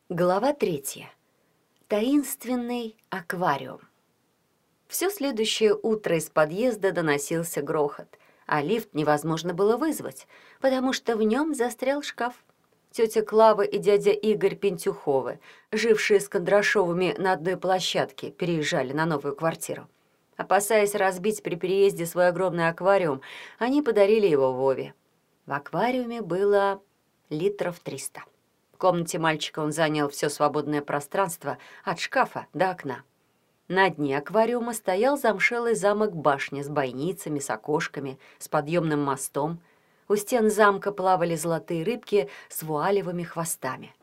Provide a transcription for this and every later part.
Глава 3. Таинственный аквариум. Все следующее утро из подъезда доносился грохот, а лифт невозможно было вызвать, потому что в нем застрял шкаф. Тетя Клава и дядя Игорь Пентюховы, жившие с Кондрашовыми на одной площадке, переезжали на новую квартиру. Опасаясь разбить при переезде свой огромный аквариум, они подарили его Вове. В аквариуме было литров 300. В комнате мальчика он занял все свободное пространство от шкафа до окна. На дне аквариума стоял замшелый замок-башня с бойницами, с окошками, с подъемным мостом. У стен замка плавали золотые рыбки с вуалевыми хвостами.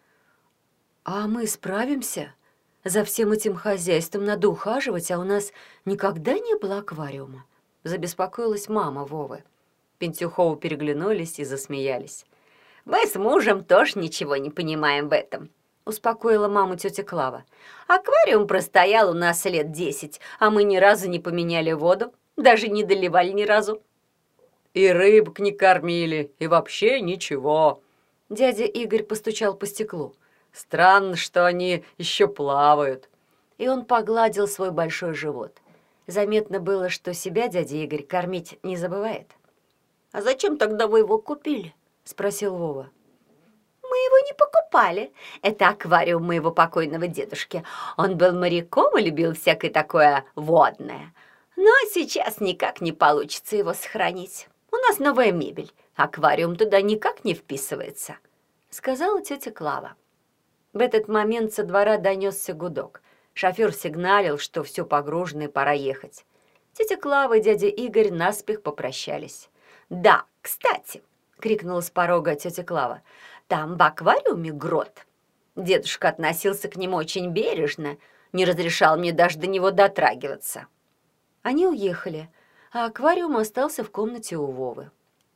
«А мы справимся? За всем этим хозяйством надо ухаживать, а у нас никогда не было аквариума», — забеспокоилась мама Вовы. Пентюховы переглянулись и засмеялись. «Мы с мужем тоже ничего не понимаем в этом», — успокоила маму тетя Клава. «Аквариум простоял у нас лет 10, а мы ни разу не поменяли воду, даже не доливали ни разу». «И рыбок не кормили, и вообще ничего». Дядя Игорь постучал по стеклу. «Странно, что они еще плавают». И он погладил свой большой живот. Заметно было, что себя дядя Игорь кормить не забывает. «А зачем тогда вы его купили?» — спросил Вова. «Мы его не покупали. Это аквариум моего покойного дедушки. Он был моряком и любил всякое такое водное. Но сейчас никак не получится его сохранить. У нас новая мебель. Аквариум туда никак не вписывается», — сказала тетя Клава. В этот момент со двора донесся гудок. Шофер сигналил, что все погружено и пора ехать. Тетя Клава и дядя Игорь наспех попрощались. «Да, кстати», — крикнула с порога тетя Клава, «там в аквариуме грот. Дедушка относился к нему очень бережно, не разрешал мне даже до него дотрагиваться». Они уехали, а аквариум остался в комнате у Вовы.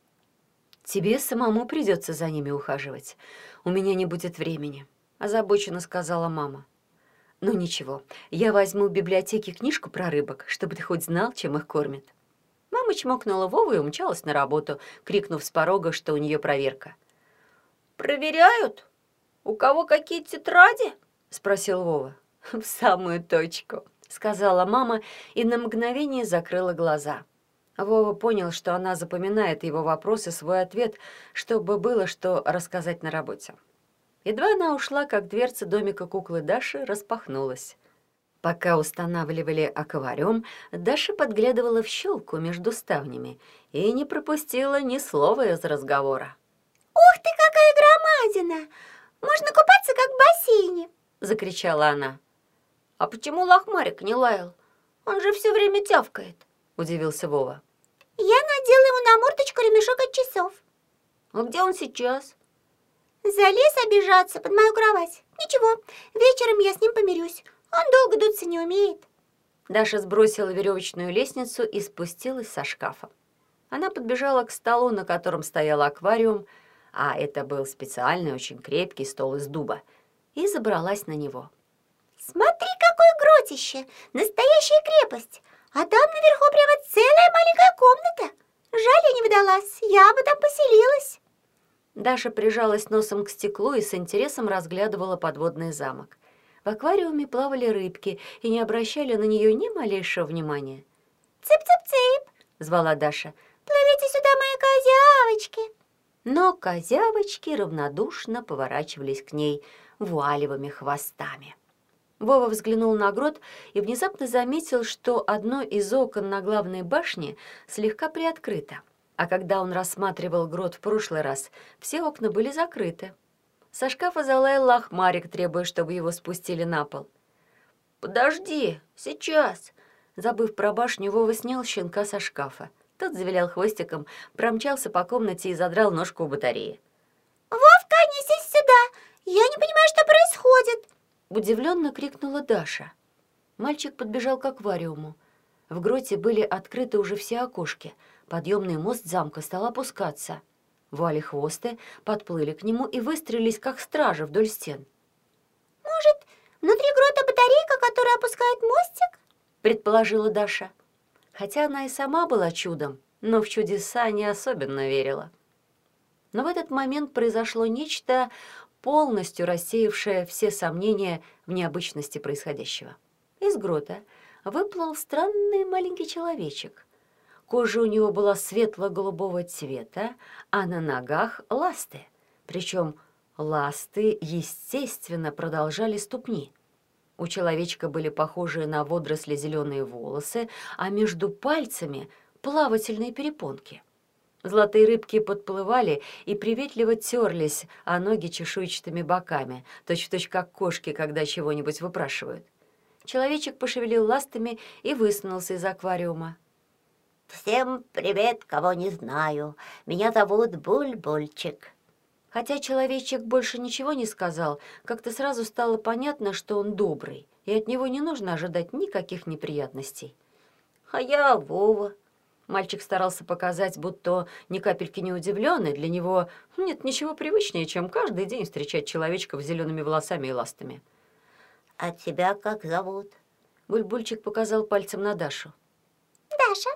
«Тебе самому придется за ними ухаживать. У меня не будет времени», — озабоченно сказала мама. «Ну ничего, я возьму в библиотеке книжку про рыбок, чтобы ты хоть знал, чем их кормят». Мама чмокнула Вову и умчалась на работу, крикнув с порога, что у нее проверка. «Проверяют? У кого какие тетради?» — спросил Вова. «В самую точку», — сказала мама и на мгновение закрыла глаза. Вова понял, что она запоминает его вопрос и свой ответ, чтобы было что рассказать на работе. Едва она ушла, как дверца домика куклы Даши распахнулась. Пока устанавливали аквариум, Даша подглядывала в щелку между ставнями и не пропустила ни слова из разговора. «Ух ты, какая громадина! Можно купаться, как в бассейне!» — закричала она. «А почему лохмарик не лаял? Он же все время тявкает», — удивился Вова. «Я надела ему на мордочку ремешок от часов». «А где он сейчас?» «Залез обижаться под мою кровать. Ничего, вечером я с ним помирюсь. Он долго дуться не умеет». Даша сбросила веревочную лестницу и спустилась со шкафа. Она подбежала к столу, на котором стоял аквариум, а это был специальный, очень крепкий стол из дуба, и забралась на него. «Смотри, какое гротище! Настоящая крепость! А там наверху прямо целая маленькая комната! Жаль, я не выдалась, я бы там поселилась!» Даша прижалась носом к стеклу и с интересом разглядывала подводный замок. В аквариуме плавали рыбки и не обращали на нее ни малейшего внимания. «Цып-цып-цып!» — звала Даша. «Плывите сюда, мои козявочки!» Но козявочки равнодушно поворачивались к ней вуалевыми хвостами. Вова взглянул на грот и внезапно заметил, что одно из окон на главной башне слегка приоткрыто. А когда он рассматривал грот в прошлый раз, все окна были закрыты. Со шкафа залаял лохмарик, требуя, чтобы его спустили на пол. «Подожди, сейчас!» Забыв про башню, Вова снял щенка со шкафа. Тот завилял хвостиком, промчался по комнате и задрал ножку у батареи. «Вовка, несись сюда! Я не понимаю, что происходит!» Удивленно крикнула Даша. Мальчик подбежал к аквариуму. В гроте были открыты уже все окошки. Подъемный мост замка стал опускаться. Вуали-хвосты подплыли к нему и выстроились, как стражи, вдоль стен. «Может, внутри грота батарейка, которая опускает мостик?» — предположила Даша. Хотя она и сама была чудом, но в чудеса не особенно верила. Но в этот момент произошло нечто полностью рассеявшая все сомнения в необычности происходящего. Из грота выплыл странный маленький человечек. Кожа у него была светло-голубого цвета, а на ногах ласты. Причем ласты, естественно, продолжали ступни. У человечка были похожие на водоросли зеленые волосы, а между пальцами плавательные перепонки. Золотые рыбки подплывали и приветливо терлись о ноги чешуйчатыми боками, точь-в-точь как кошки, когда чего-нибудь выпрашивают. Человечек пошевелил ластами и высунулся из аквариума. «Всем привет, кого не знаю. Меня зовут Буль-Бульчик». Хотя человечек больше ничего не сказал, как-то сразу стало понятно, что он добрый, и от него не нужно ожидать никаких неприятностей. А я Вова. Мальчик старался показать, будто ни капельки не удивлен, и для него нет ничего привычнее, чем каждый день встречать человечка с зелеными волосами и ластами. «А тебя как зовут?» Бульбульчик показал пальцем на Дашу. «Даша».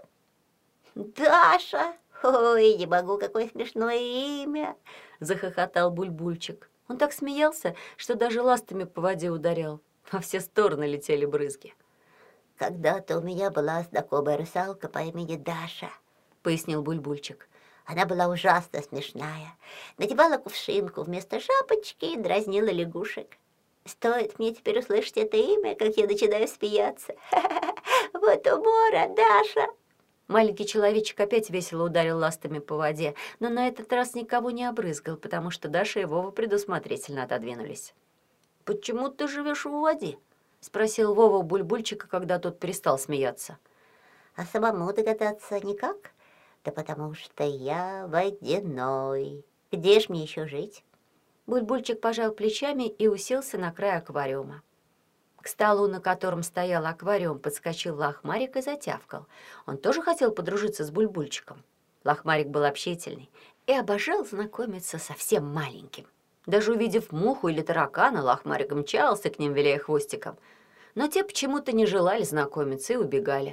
«Даша! Ой, не могу, какое смешное имя!» — захохотал Бульбульчик. Он так смеялся, что даже ластами по воде ударял. Во все стороны летели брызги. «Когда-то у меня была знакомая русалка по имени Даша», — пояснил Бульбульчик. «Она была ужасно смешная. Надевала кувшинку вместо шапочки и дразнила лягушек. Стоит мне теперь услышать это имя, как я начинаю смеяться. Вот умора, Даша!» Маленький человечек опять весело ударил ластами по воде, но на этот раз никого не обрызгал, потому что Даша и Вова предусмотрительно отодвинулись. «Почему ты живешь в воде?» — спросил Вова у Бульбульчика, когда тот перестал смеяться. «А самому догадаться никак? Да потому что я водяной. Где ж мне еще жить?» Бульбульчик пожал плечами и уселся на край аквариума. К столу, на котором стоял аквариум, подскочил Лохмарик и затявкал. Он тоже хотел подружиться с Бульбульчиком. Лохмарик был общительный и обожал знакомиться со всем маленьким. Даже увидев муху или таракана, Лохмарик мчался к ним, виляя хвостиком. Но те почему-то не желали знакомиться и убегали.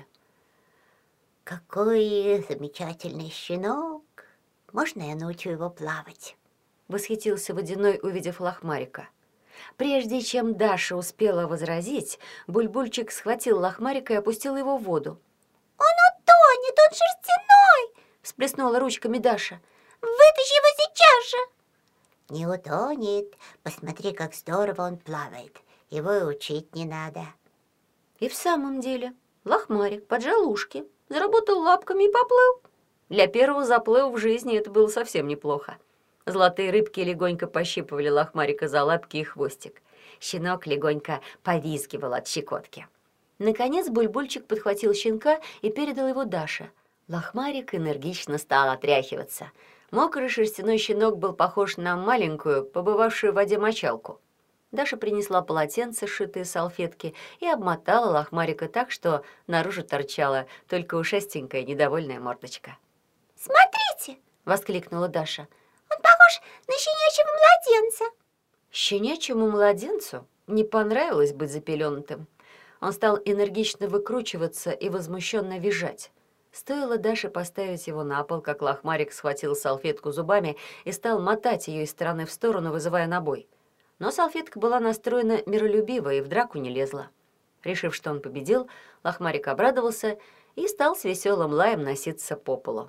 «Какой замечательный щенок! Можно я научу его плавать?» — восхитился Водяной, увидев Лохмарика. Прежде чем Даша успела возразить, Бульбульчик схватил Лохмарика и опустил его в воду. «Он утонет, он шерстяной!» — всплеснула ручками Даша. «Вытащи его сейчас же!» «Не утонет. Посмотри, как здорово он плавает. Его и учить не надо». И в самом деле Лохмарик поджал ушки, заработал лапками и поплыл. Для первого заплыва в жизни это было совсем неплохо. Золотые рыбки легонько пощипывали Лохмарика за лапки и хвостик. Щенок легонько повизгивал от щекотки. Наконец Бульбульчик подхватил щенка и передал его Даше. Лохмарик энергично стал отряхиваться. Мокрый шерстяной щенок был похож на маленькую, побывавшую в воде мочалку. Даша принесла полотенце, сшитые салфетки, и обмотала Лохмарика так, что наружу торчала только ушастенькая недовольная мордочка. «Смотрите!» — воскликнула Даша. «Он похож на щенячьего младенца!» Щенячьему младенцу не понравилось быть запеленутым. Он стал энергично выкручиваться и возмущенно визжать. Стоило Даше поставить его на пол, как Лохмарик схватил салфетку зубами и стал мотать ее из стороны в сторону, вызывая на бой. Но салфетка была настроена миролюбиво и в драку не лезла. Решив, что он победил, Лохмарик обрадовался и стал с веселым лаем носиться по полу.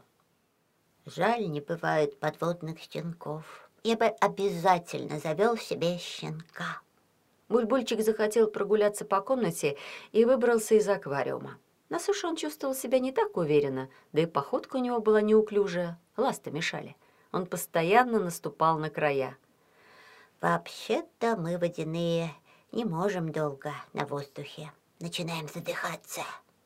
«Жаль, не бывает подводных щенков. Я бы обязательно завел себе щенка». Бульбульчик захотел прогуляться по комнате и выбрался из аквариума. На суше он чувствовал себя не так уверенно, да и походка у него была неуклюжая, ласты мешали. Он постоянно наступал на края. «Вообще-то мы, водяные, не можем долго на воздухе. Начинаем задыхаться».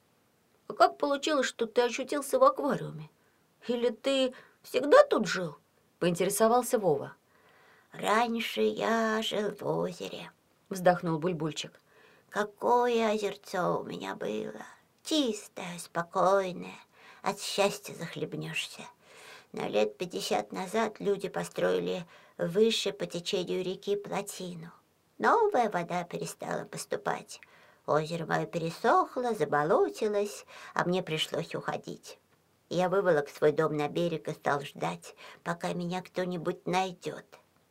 «А как получилось, что ты очутился в аквариуме? Или ты всегда тут жил?» — поинтересовался Вова. «Раньше я жил в озере», — вздохнул Бульбульчик. «Какое озерцо у меня было! Чистое, спокойное, от счастья захлебнешься. Но лет 50 назад люди построили выше по течению реки плотину. Новая вода перестала поступать. Озеро мое пересохло, заболотилось, а мне пришлось уходить. Я выволок свой дом на берег и стал ждать, пока меня кто-нибудь найдет.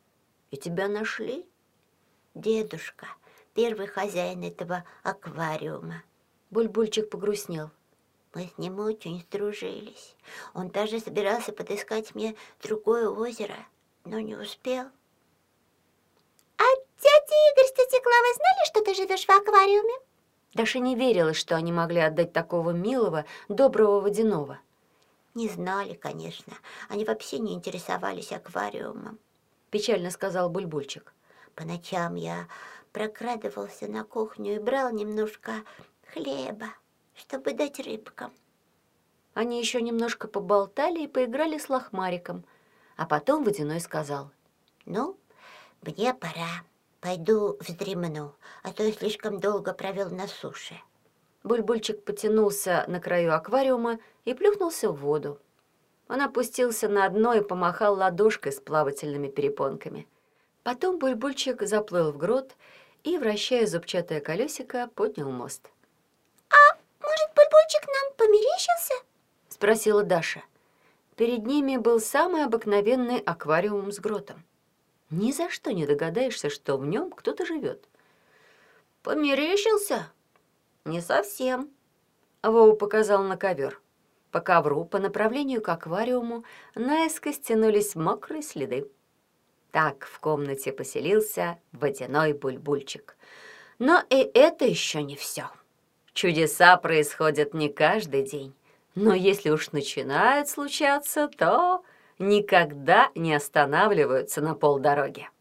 И тебя нашли? Дедушка, первый хозяин этого аквариума. Бульбульчик погрустнел. Мы с ним очень сдружились. Он даже собирался подыскать мне другое озеро, но не успел. А дядя Игорь с тетей Клавой знали, что ты живешь в аквариуме? Даша не верила, что они могли отдать такого милого, доброго водяного. Не знали, конечно. Они вообще не интересовались аквариумом. Печально сказал Бульбульчик. По ночам я прокрадывался на кухню и брал немножко хлеба, чтобы дать рыбкам. Они еще немножко поболтали и поиграли с лохмариком. А потом водяной сказал. Ну, мне пора. Пойду вздремну, а то я слишком долго провел на суше. Бульбульчик потянулся на краю аквариума и плюхнулся в воду. Он опустился на дно и помахал ладошкой с плавательными перепонками. Потом Бульбульчик заплыл в грот и, вращая зубчатое колесико, поднял мост. Может, Бульбульчик нам померещился? — спросила Даша. Перед ними был самый обыкновенный аквариум с гротом. Ни за что не догадаешься, что в нем кто-то живет. «Померещился?» «Не совсем», — Вова показал на ковер. По ковру, по направлению к аквариуму, наискось тянулись мокрые следы. Так в комнате поселился водяной Бульбульчик. Но и это еще не все. Чудеса происходят не каждый день. Но если уж начинают случаться, то никогда не останавливаются на полдороги.